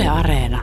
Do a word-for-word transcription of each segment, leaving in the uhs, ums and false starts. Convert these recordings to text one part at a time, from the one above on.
Yle Areena.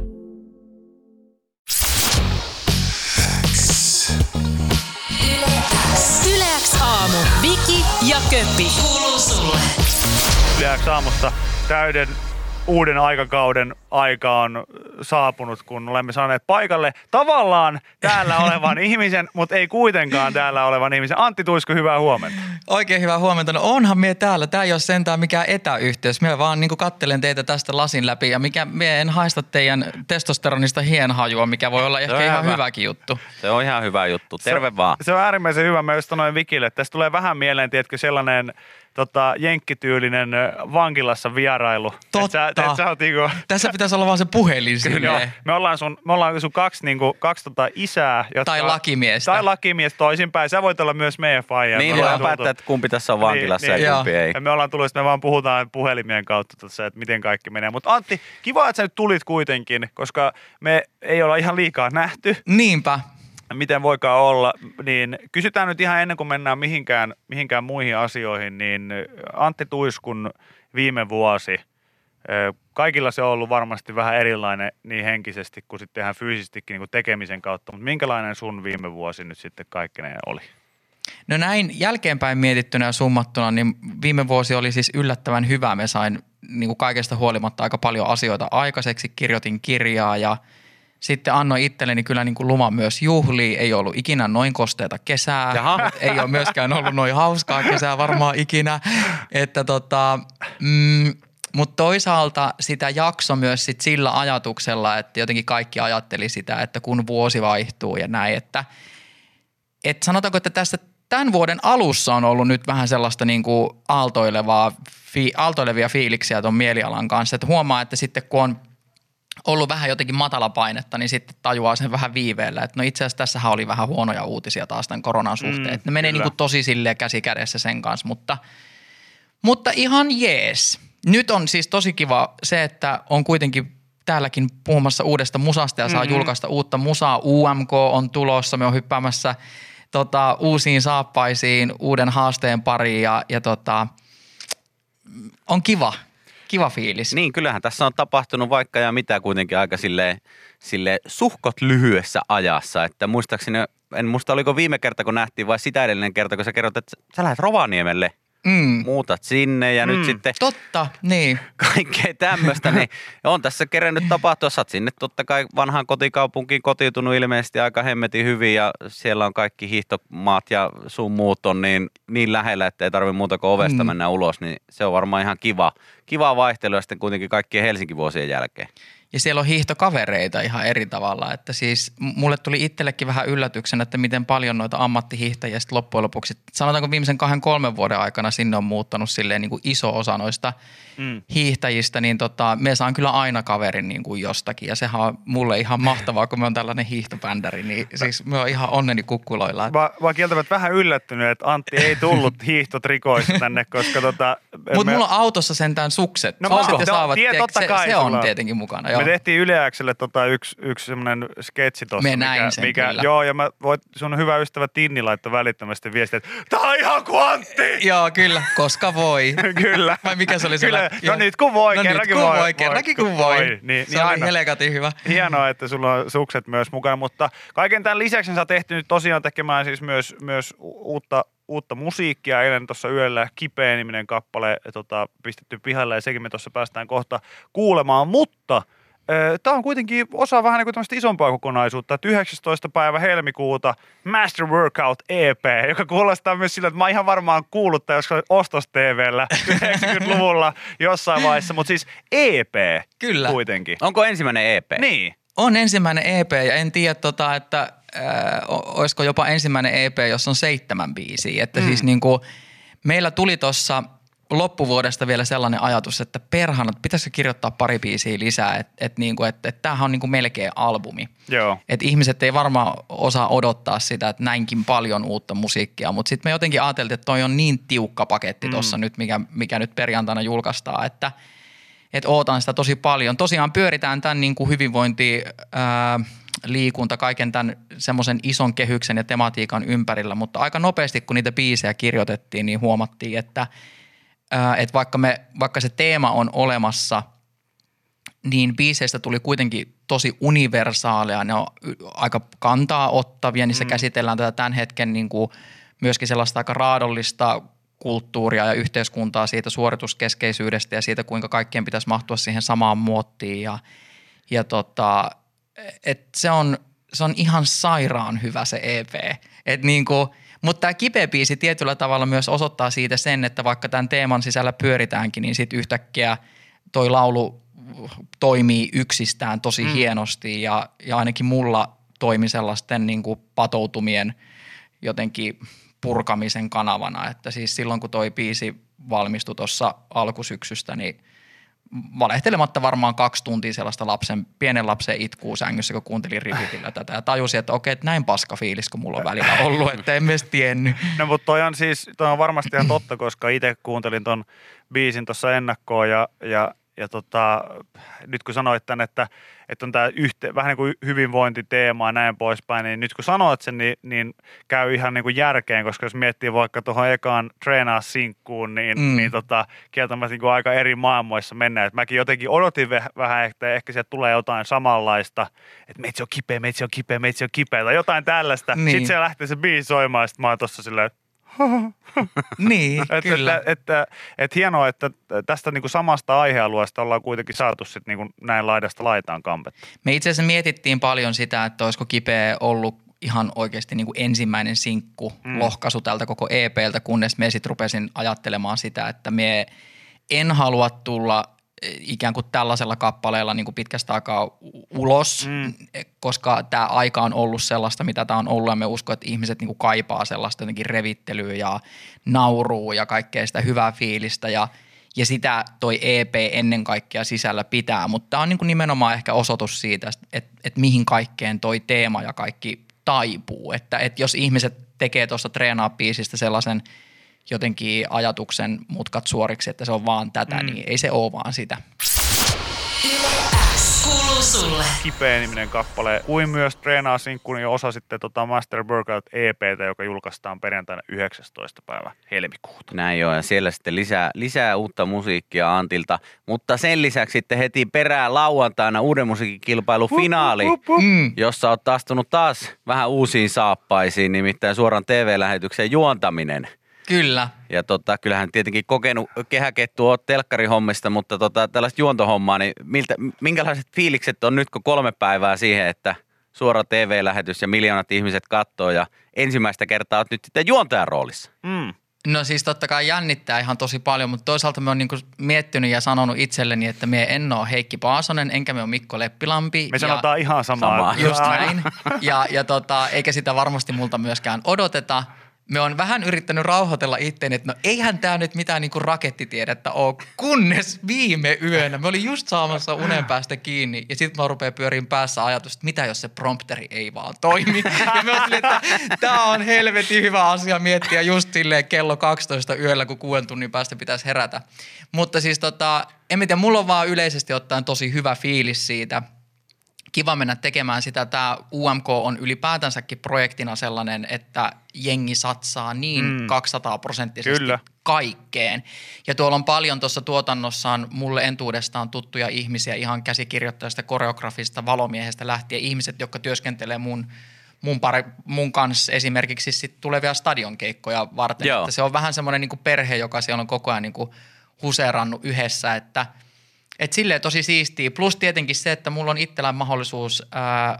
Yle X aamu. Viki ja Köppi. Kuuluu sulle. Yle X aamusta täyden uuden aikakauden aika on saapunut, kun olemme saaneet paikalle tavallaan täällä olevan ihmisen, mutta ei kuitenkaan täällä olevan ihmisen. Antti Tuisku, hyvää huomenta. Oikein hyvää huomenta. No onhan mie täällä. Tää ei ole sentään mikään etäyhteys. Mie vaan niinku kattelen teitä tästä lasin läpi ja mikä, mie en haista teidän testosteronista hienhajua, mikä voi olla ehkä ihan hyvä. hyväkin juttu. Se on ihan hyvä juttu. Terve se, vaan. Se on äärimmäisen hyvä. Mä just sanoin Vikille, että tästä tulee vähän mieleen, tiedätkö, sellainen tota, jenkkityylinen vankilassa vierailu. Totta. Et sä, et sä oot, niinku... Tässä pitäisi olla vaan se puhelin silleen. Me ollaan sun, me ollaan sun kaksi, niinku, kaksi tota isää. Jotka, tai lakimiestä. Tai lakimies toisinpäin. Sä voit olla myös meidän faija. Niin, me päättää, että kumpi tässä on vankilassa niin, ja niin, kumpi ei. Ja me ollaan tullut, että me vaan puhutaan puhelimien kautta tässä, että miten kaikki menee. Mutta Antti, kiva, että sä nyt tulit kuitenkin, koska me ei olla ihan liikaa nähty. Niinpä. Miten voikaan olla, niin kysytään nyt ihan ennen kuin mennään mihinkään, mihinkään muihin asioihin, niin Antti Tuiskun viime vuosi, kaikilla se on ollut varmasti vähän erilainen niin henkisesti kuin sitten ihan fyysisestikin niin kuin tekemisen kautta, mutta minkälainen sun viime vuosi nyt sitten kaikkeneen oli? No näin jälkeenpäin mietittynä ja summattuna, niin viime vuosi oli siis yllättävän hyvä. Me sain niin kuin kaikesta huolimatta aika paljon asioita aikaiseksi, kirjoitin kirjaa ja sitten annoin itselleni kyllä niin kuin luvan myös juhliin. Ei ollut ikinä noin kosteita kesää. Jaha. Ei ole myöskään ollut noin hauskaa kesää varmaan ikinä. Että tota, mm, mutta toisaalta sitä jakso myös sit sillä ajatuksella, että jotenkin kaikki ajatteli sitä, että kun vuosi vaihtuu ja näin. Että et sanotaanko, että tässä tämän vuoden alussa on ollut nyt vähän sellaista niin kuin aaltoilevaa, fi, aaltoilevia fiiliksiä ton mielialan kanssa. Että huomaa, että sitten kun on ollut vähän jotenkin matala painetta, niin sitten tajuaa sen vähän viiveellä. Että no itse asiassa tässähän oli vähän huonoja uutisia taas tämän koronan suhteen. Mm, että ne menee niin kuin tosi silleen käsi kädessä sen kanssa, mutta, mutta ihan jees. Nyt on siis tosi kiva se, että on kuitenkin täälläkin puhumassa uudesta musasta ja saa mm-hmm. julkaista uutta musaa. U M K on tulossa, me on hyppäämässä tota, uusiin saappaisiin, uuden haasteen pariin ja, ja tota, on kiva. Kiva fiilis. Niin, kyllähän tässä on tapahtunut vaikka ja mitä kuitenkin aika silleen, silleen suhkot lyhyessä ajassa. Että muistaakseni, en muista oliko viime kerta kun nähtiin vai sitä edellinen kerta, kun sä kerrot, että sä lähdet Rovaniemelle. Mm. Muutat sinne ja mm. nyt sitten totta, niin. Kaikkea tämmöistä, niin on tässä kerennyt tapahtua. Sä oot sinne totta kai vanhaan kotikaupunkiin kotiutunut ilmeisesti aika hemmetin hyvin ja siellä on kaikki hiihtomaat ja sun muut on niin, niin lähellä, että ei tarvitse muuta kuin ovesta mm. mennä ulos, niin se on varmaan ihan kiva, kiva vaihtelu ja sitten kuitenkin kaikkien Helsinki-vuosien jälkeen. Ja siellä on hiihtokavereita ihan eri tavalla, että siis mulle tuli itsellekin vähän yllätyksenä, että miten paljon noita ammattihiihtäjiä sitten loppujen lopuksi, sanotaanko viimeisen kahden kolmen vuoden aikana sinne on muuttanut silleen niin kuin iso osa noista mm. hiihtäjistä, niin tota, me saan kyllä aina kaverin niin kuin jostakin ja sehän on mulle ihan mahtavaa, kun me on tällainen hiihtobändäri, niin siis me on ihan onneni kukkuloilla. Mä, mä kieltävät vähän yllättynyt, että Antti ei tullut hiihtotrikoista tänne, koska tota... Mutta me... mulla on autossa sentään sukset. No onko? Saavat, tie, totta se, kai se on tietenkin mukana, joo. Me tehtiin Yle X:lle tota yksi, yksi semmoinen sketsi tossa. Me näin mikä, sen mikä, kyllä. Joo, ja mä voit, sun hyvä ystävä Tinni laittoi välittömästi viestiä, että tää on ihan kuin Antti! Joo, kyllä, koska voi. Kyllä. Vai mikä se oli kyllä. siellä? No joo. nyt kun voi, no kerrankin nyt kun voi. voi. Kerrankin kun voi. voi. Niin, se niin oli helekatin hyvä. Hienoa, että sulla on sukset myös mukana, mutta kaiken tämän lisäksi sä oot tehty nyt tosiaan tekemään siis myös, myös uutta uutta musiikkia. Eilen tuossa yöllä Kipeä-niminen kappale tota, pistetty pihalle ja sekin me tuossa päästään kohta kuulemaan, mutta tämä on kuitenkin osa vähän niin kuin tämmöistä isompaa kokonaisuutta, että yhdeksästoista päivä helmikuuta Master Workout E P, joka kuulostaa myös sillä, että mä ihan varmaan kuullut tämän jossain Ostos-T V:llä yhdeksänkymmentäluvulla jossain vaiheessa, mutta siis E P Kyllä. kuitenkin. Onko ensimmäinen E P? Niin. On ensimmäinen E P ja en tiedä, tota, että äh, olisiko jopa ensimmäinen E P, jossa on seitsemän biisiä. Että mm. siis niin kuin, meillä tuli tuossa loppuvuodesta vielä sellainen ajatus, että perhana, että pitäisikö kirjoittaa pari biisiä lisää, että et, niin kuin, että, että tämähän on niin kuin melkein albumi. Joo. Että ihmiset ei varmaan osaa odottaa sitä, että näinkin paljon uutta musiikkia, mutta sitten me jotenkin ajateltiin, että toi on niin tiukka paketti tuossa mm. nyt, mikä, mikä nyt perjantaina julkaistaan, että että ootan sitä tosi paljon. Tosiaan pyöritään tämän niin kuin hyvinvointi, ää, liikunta, kaiken tämän semmoisen ison kehyksen ja tematiikan ympärillä, mutta aika nopeasti kun niitä biisejä kirjoitettiin, niin huomattiin, että, ää, että vaikka, me, vaikka se teema on olemassa, niin biiseistä tuli kuitenkin tosi universaaleja, ne on aika kantaa ottavia, niissä mm. käsitellään tätä tämän hetken niin kuin myöskin sellaista aika raadollista kulttuuria ja yhteiskuntaa siitä suorituskeskeisyydestä ja siitä, kuinka kaikkien pitäisi mahtua siihen samaan muottiin ja, ja tota, et se on, se on ihan sairaan hyvä se E P, et niin kuin, mutta tämä kipeä biisi tietyllä tavalla myös osoittaa siitä sen, että vaikka tämän teeman sisällä pyöritäänkin, niin sitten yhtäkkiä toi laulu toimii yksistään tosi mm. hienosti ja, ja ainakin mulla toimi sellaisten niin kuin patoutumien jotenkin purkamisen kanavana, että siis silloin kun toi biisi valmistui tuossa alkusyksystä, niin valehtelematta varmaan kaksi tuntia sellaista lapsen, pienen lapsen itkuu sängyssä, kun kuuntelin ripitillä tätä ja tajusin, että okei, että näin paska fiilis, kun mulla on välillä ollut, että en edes tiennyt. No mutta toi on siis, toi on varmasti ihan totta, koska itse kuuntelin ton biisin tuossa ennakkoon ja, ja Ja tota, nyt kun sanoit tämän, että, että on tämä yhte, vähän niin kuin hyvinvointiteema ja näin poispäin, niin nyt kun sanoit sen, niin, niin käy ihan niin kuin järkeen, koska jos miettii vaikka tuohon ekaan treenaa sinkkuun, niin, mm. niin tota, kieltämättä niin kuin aika eri maailmoissa mennään. Et mäkin jotenkin odotin vähän, että ehkä sieltä tulee jotain samanlaista, että meitsi on kipeä, meitsi on kipeä, meitsi on kipeä tai jotain tällaista. Niin. Sitten se lähtee se biisi soimaan ja sitten mä oon tossa silleen, niin, että, kyllä. Että, että, että, että hienoa, että tästä niin kuin samasta aihealueesta ollaan kuitenkin saatu sit niin kuin näin laidasta laitaan kampetta. Me itse asiassa mietittiin paljon sitä, että olisiko kipeä ollut ihan oikeasti niin kuin ensimmäinen sinkku mm. lohkaisu tältä koko E P:ltä, kunnes me sitten rupesin ajattelemaan sitä, että me en halua tulla ikään kuin tällaisella kappaleella niin kuin pitkästä aikaa ulos, mm. koska tämä aika on ollut sellaista, mitä tämä on ollut ja me uskon, että ihmiset niin kuin kaipaa sellaista jotenkin revittelyä ja naurua ja kaikkea sitä hyvää fiilistä ja, ja sitä toi E P ennen kaikkea sisällä pitää, mutta tämä on niin kuin nimenomaan ehkä osoitus siitä, että, että mihin kaikkeen toi teema ja kaikki taipuu, että, että jos ihmiset tekee tuosta treenaa-biisistä sellaisen jotenkin ajatuksen mutkat suoriksi, että se on vaan tätä, mm. niin ei se ole vaan sitä. Kuuluu sulle. Kipeä-niminen kappale, kuin myös treenaa sinkkuun ja osa sitten tota Master Workout E P:tä, joka julkaistaan perjantaina yhdeksästoista päivä helmikuuta. Näin joo, ja siellä sitten lisää, lisää uutta musiikkia Antilta, mutta sen lisäksi sitten heti perään lauantaina uuden musiikin kilpailu finaali, mm. jossa olet astunut taas vähän uusiin saappaisiin, nimittäin suoran T V-lähetyksen juontaminen. Kyllä. Ja tota, kyllähän tietenkin kokenut kehäkettu oot telkkarihommista, mutta tota, tällaista juontohommaa, niin miltä, minkälaiset fiilikset on nyt, kun kolme päivää siihen, että suora T V-lähetys ja miljoonat ihmiset katsoo ja ensimmäistä kertaa oot nyt sitten juontajan roolissa? Mm. No siis totta kai jännittää ihan tosi paljon, mutta toisaalta mä oon niinku miettinyt ja sanonut itselleni, että me en oo Heikki Paasonen, enkä me ole Mikko Leppilampi. Me sanotaan ihan samaa. samaa. Just näin. Ja, ja tota, eikä sitä varmasti multa myöskään odoteta. Me on vähän yrittänyt rauhoitella itteeni, että no eihän tämä nyt mitään niinku rakettitiedettä ole, kunnes viime yönä. Me olin just saamassa unen päästä kiinni ja sitten mä rupean pyöriin päässä ajatus, että mitä jos se prompteri ei vaan toimi. Ja me olin, että tämä on helvetin hyvä asia miettiä just silleen kello kaksitoista yöllä, kun kuuden tunnin päästä pitäisi herätä. Mutta siis tota, en tiedä, mulla on vaan yleisesti ottaen tosi hyvä fiilis siitä. Kiva mennä tekemään sitä. Tämä U M K on ylipäätänsäkin projektina sellainen, että jengi satsaa niin mm. kaksisataa prosenttisesti Kyllä. kaikkeen. Ja tuolla on paljon tuossa tuotannossaan mulle entuudestaan tuttuja ihmisiä, ihan käsikirjoittajasta, koreografista, valomiehestä lähtien. Ihmiset, jotka työskentelee mun, mun, pari, mun kanssa esimerkiksi sit tulevia stadionkeikkoja varten. Että se on vähän semmoinen niin kuin perhe, joka siellä on koko ajan niin kuin huseerannut yhdessä, että Että silleen tosi siistiä. Plus tietenkin se, että mulla on itsellään mahdollisuus ää,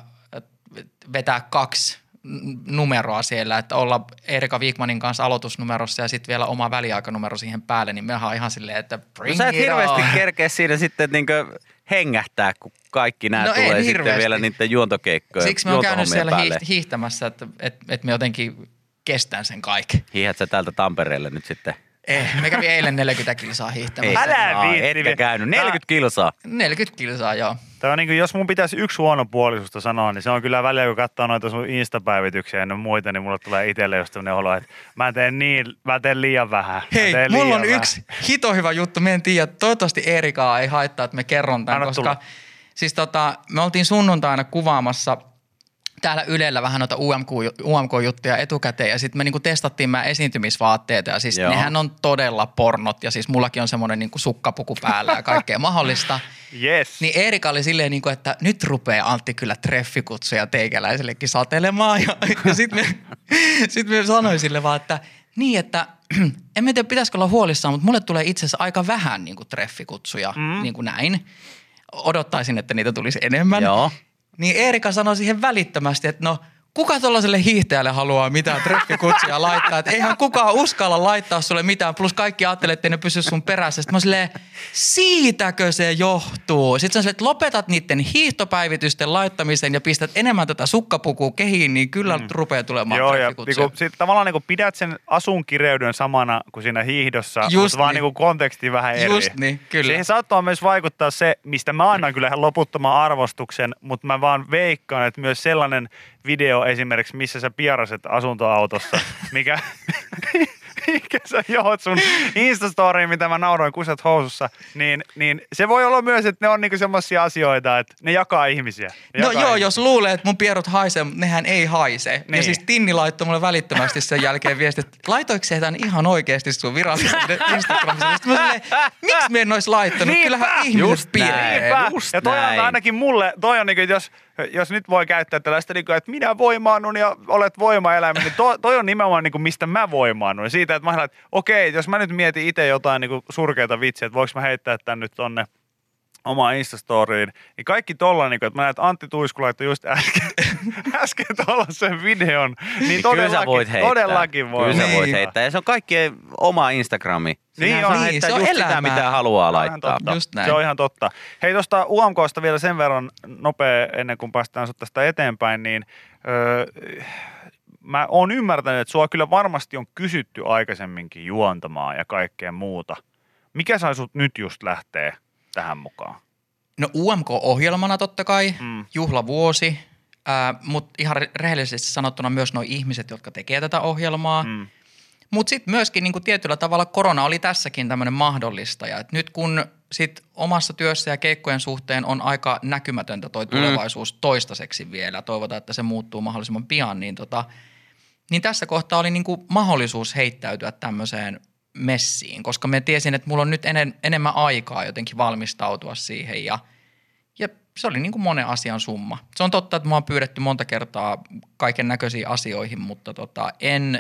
vetää kaksi numeroa siellä, että olla Erika Wigmanin kanssa aloitusnumerossa ja sitten vielä oma väliaikanumero siihen päälle, niin mehän on ihan silleen, että bring no, sä et it hirveästi on. kerkeä siinä sitten niinkö hengähtää, kun kaikki nämä No tulee sitten hirveästi. vielä niiden juontokeikkoja. Siksi mä oon käynyt siellä päälle. hiihtämässä, että et, et me jotenkin kestän sen kaiken. Hiihdät sä täältä Tampereelle nyt sitten? Eh, me kävin eilen neljäkymmentä kilsaa hiihtämässä. Älä viitti. Etkä käynyt. neljäkymmentä kilsaa. neljäkymmentä kilsaa, joo. Tämä on niin kuin, jos mun pitäisi yksi huono puolisusta sanoa, niin se on kyllä välillä, kun katsoo noita sun Insta-päivityksiä ja muita, niin mulle tulee itselle just tämmöinen olo, että mä teen, niin, mä teen liian vähän. Hei, liian mulla on vähän. yksi hito hyvä juttu. Mä en tiedä, toivottavasti Erikaa ei haittaa, että me kerron tämän, Anna koska tulla. siis tota, me oltiin sunnuntaina kuvaamassa täällä Ylellä vähän noita U M K, U M K-juttuja etukäteen ja sitten me niinku testattiin meidän esiintymisvaatteita ja siis Joo. nehän on todella pornot ja siis mullakin on semmoinen niinku sukkapuku päällä ja kaikkea mahdollista. Yes. Niin Eerika oli silleen niinku, että nyt rupeaa Antti kyllä treffikutsuja teikäläisellekin satelemaan ja, ja sitten me, sit me sanoin sille vaan, että niin, että en tiedä pitäisikö olla huolissaan, mutta mulle tulee itse asiassa aika vähän niinku treffikutsuja mm. niin kuin näin. Odottaisin, että niitä tulisi enemmän. Joo. Niin Eerika sanoi siihen välittömästi, että no kuka tuollaiselle hiihtäjälle haluaa mitään treffikutsuja laittaa, että eihän kukaan uskalla laittaa sulle mitään, plus kaikki ajattelee, että ne pysy sun perässä. Sitten mä silleen, siitäkö se johtuu? Sitten sä että lopetat niiden hiihtopäivitysten laittamisen ja pistät enemmän tätä sukkapukua kehiin, niin kyllä mm. rupeaa tulemaan Joo, treffikutsuja. Joo, ja sitten tavallaan niin pidät sen asunkireyden samana kuin siinä hiihdossa, Just mutta vaan niin. niin konteksti vähän eri. Just niin, kyllä. Siihen saattaa myös vaikuttaa se, mistä mä annan kyllä ihan loputtoman arvostuksen, mutta mä vaan veikkaan, että myös sellainen video esimerkiksi, missä sä pieraset asuntoautossa, mikä, mikä sä johot sun Instastoriin, mitä mä nauroin kusat housussa, niin, niin se voi olla myös, että ne on niinku semmosia asioita, että ne jakaa ihmisiä. Ne No jakaa joo, ihmisiä. jos luulee, että mun pierut haisee, mutta nehän ei haise. Niin. Ja siis Tinni laittoi mulle välittömästi sen jälkeen viesti, että laitoiko se tämän ihan oikeasti sun viralliselle Instagramissa? Sitten mä silleen, miksi me en ois laittanut? Niinpä, Kyllähän ihmiset just pieree. Niinpä. Just Ja toi näin. on ainakin mulle, toi on niinku, jos, jos nyt voi käyttää tällaista, niinku, että minä voimaannun ja olet voimaelämä, niin toi, toi on nimenomaan niinku, mistä mä voimaannun. Siitä, että mä sanon, että okei, jos mä nyt mietin itse jotain niinku, surkeita vitsiä, että voiko mä heittää tän nyt tonne omaan Instastoriin, niin kaikki tolla, niin kuin, että mä näen, että Antti Tuisku laittoi just äsken, äsken tollasen videon, niin, Niin todellakin, kyllä sä voit heittää. todellakin voi. Kyllä sä voit Niin. heittää. Ja se on kaikkien oma Instagrami. Sinähän Niin on. saa Niin, heittää se on just sitä, elämää. mitä haluaa Se on ihan laittaa. totta. Just näin. Se on ihan totta. Hei, tuosta U M K:sta vielä sen verran nopea, ennen kuin päästään sut tästä eteenpäin, niin öö, mä oon ymmärtänyt, että sua kyllä varmasti on kysytty aikaisemminkin juontamaan ja kaikkea muuta. Mikä sai sut nyt just lähteä tähän mukaan? No U M K-ohjelmana totta kai, Mm. juhlavuosi, äh, mutta ihan re- rehellisesti sanottuna myös nuo ihmiset, jotka tekee tätä ohjelmaa. Mm. Mutta sitten myöskin niinku tietyllä tavalla korona oli tässäkin tämmöinen mahdollistaja. Et nyt kun sit omassa työssä ja keikkojen suhteen on aika näkymätöntä toi tulevaisuus mm. toistaiseksi vielä, toivotaan, että se muuttuu mahdollisimman pian, niin, tota, niin tässä kohtaa oli niinku mahdollisuus heittäytyä tämmöiseen messiin, koska mä tiesin, että mulla on nyt enen, enemmän aikaa jotenkin valmistautua siihen ja, ja se oli niin kuin monen asian summa. Se on totta, että mä oon pyydetty monta kertaa kaiken näköisiin asioihin, mutta tota, en,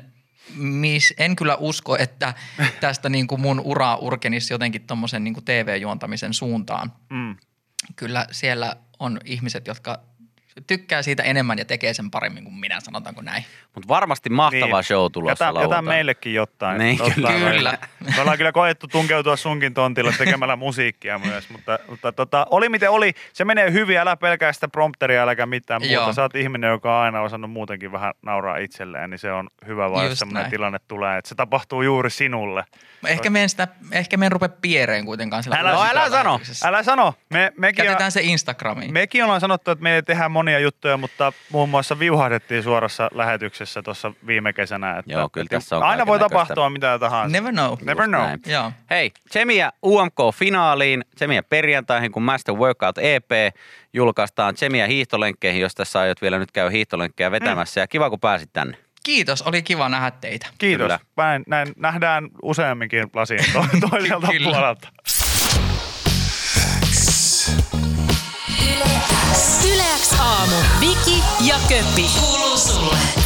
mis, en kyllä usko, että tästä niin kuin mun ura urkenisi jotenkin tommosen niin kuin T V-juontamisen suuntaan. Mm. Kyllä siellä on ihmiset, jotka tykkää siitä enemmän ja tekee sen paremmin kuin minä, sanotaanko näin. Mutta varmasti mahtava Niin. show tulossa Jätä, jätä lauantaina. meillekin jotain. Niin, Totta, kyllä. Me ollaan kyllä koettu tunkeutua sunkin tontilla tekemällä musiikkia myös, mutta, mutta tota, oli miten oli. Se menee hyvin, älä pelkää sitä prompteria, äläkä mitään muuta. Joo. Sä oot ihminen, joka on aina osannut muutenkin vähän nauraa itselleen, niin se on hyvä vaan, jos Just semmoinen näin. tilanne tulee, että se tapahtuu juuri sinulle. Ehkä me en, sitä, ehkä me en rupea piereen kuitenkaan sillä Älä- No älä uusilla sano. lähetyksessä. Älä sano, me, mekin, Jätetään se Instagramiin. mekin ollaan sanottu, että me ei tehdä monia juttuja, mutta muun muassa viuhahdettiin suorassa lähetyksessä tuossa viime kesänä. Että, Joo, kyllä että tässä on aina voi kaikennäköistä. tapahtua mitä tahansa. Never know. Never Just know. näin. Joo. Hei, Tsemiä U M K-finaaliin, Tsemiä perjantaihin, kun Master Workout E P julkaistaan Tsemiä hiihtolenkkeihin, jos tässä aiot vielä nyt käy hiihtolenkkejä vetämässä. Ja kiva, kun pääsit tänne. Kiitos, oli kiva nähdä teitä. Kiitos. Kyllä. Näin, näin nähdään useamminkin lasin to- toiselta Kyllä. puolelta. Yle X aamu. Viki ja Köppi. Kuuluu sulle.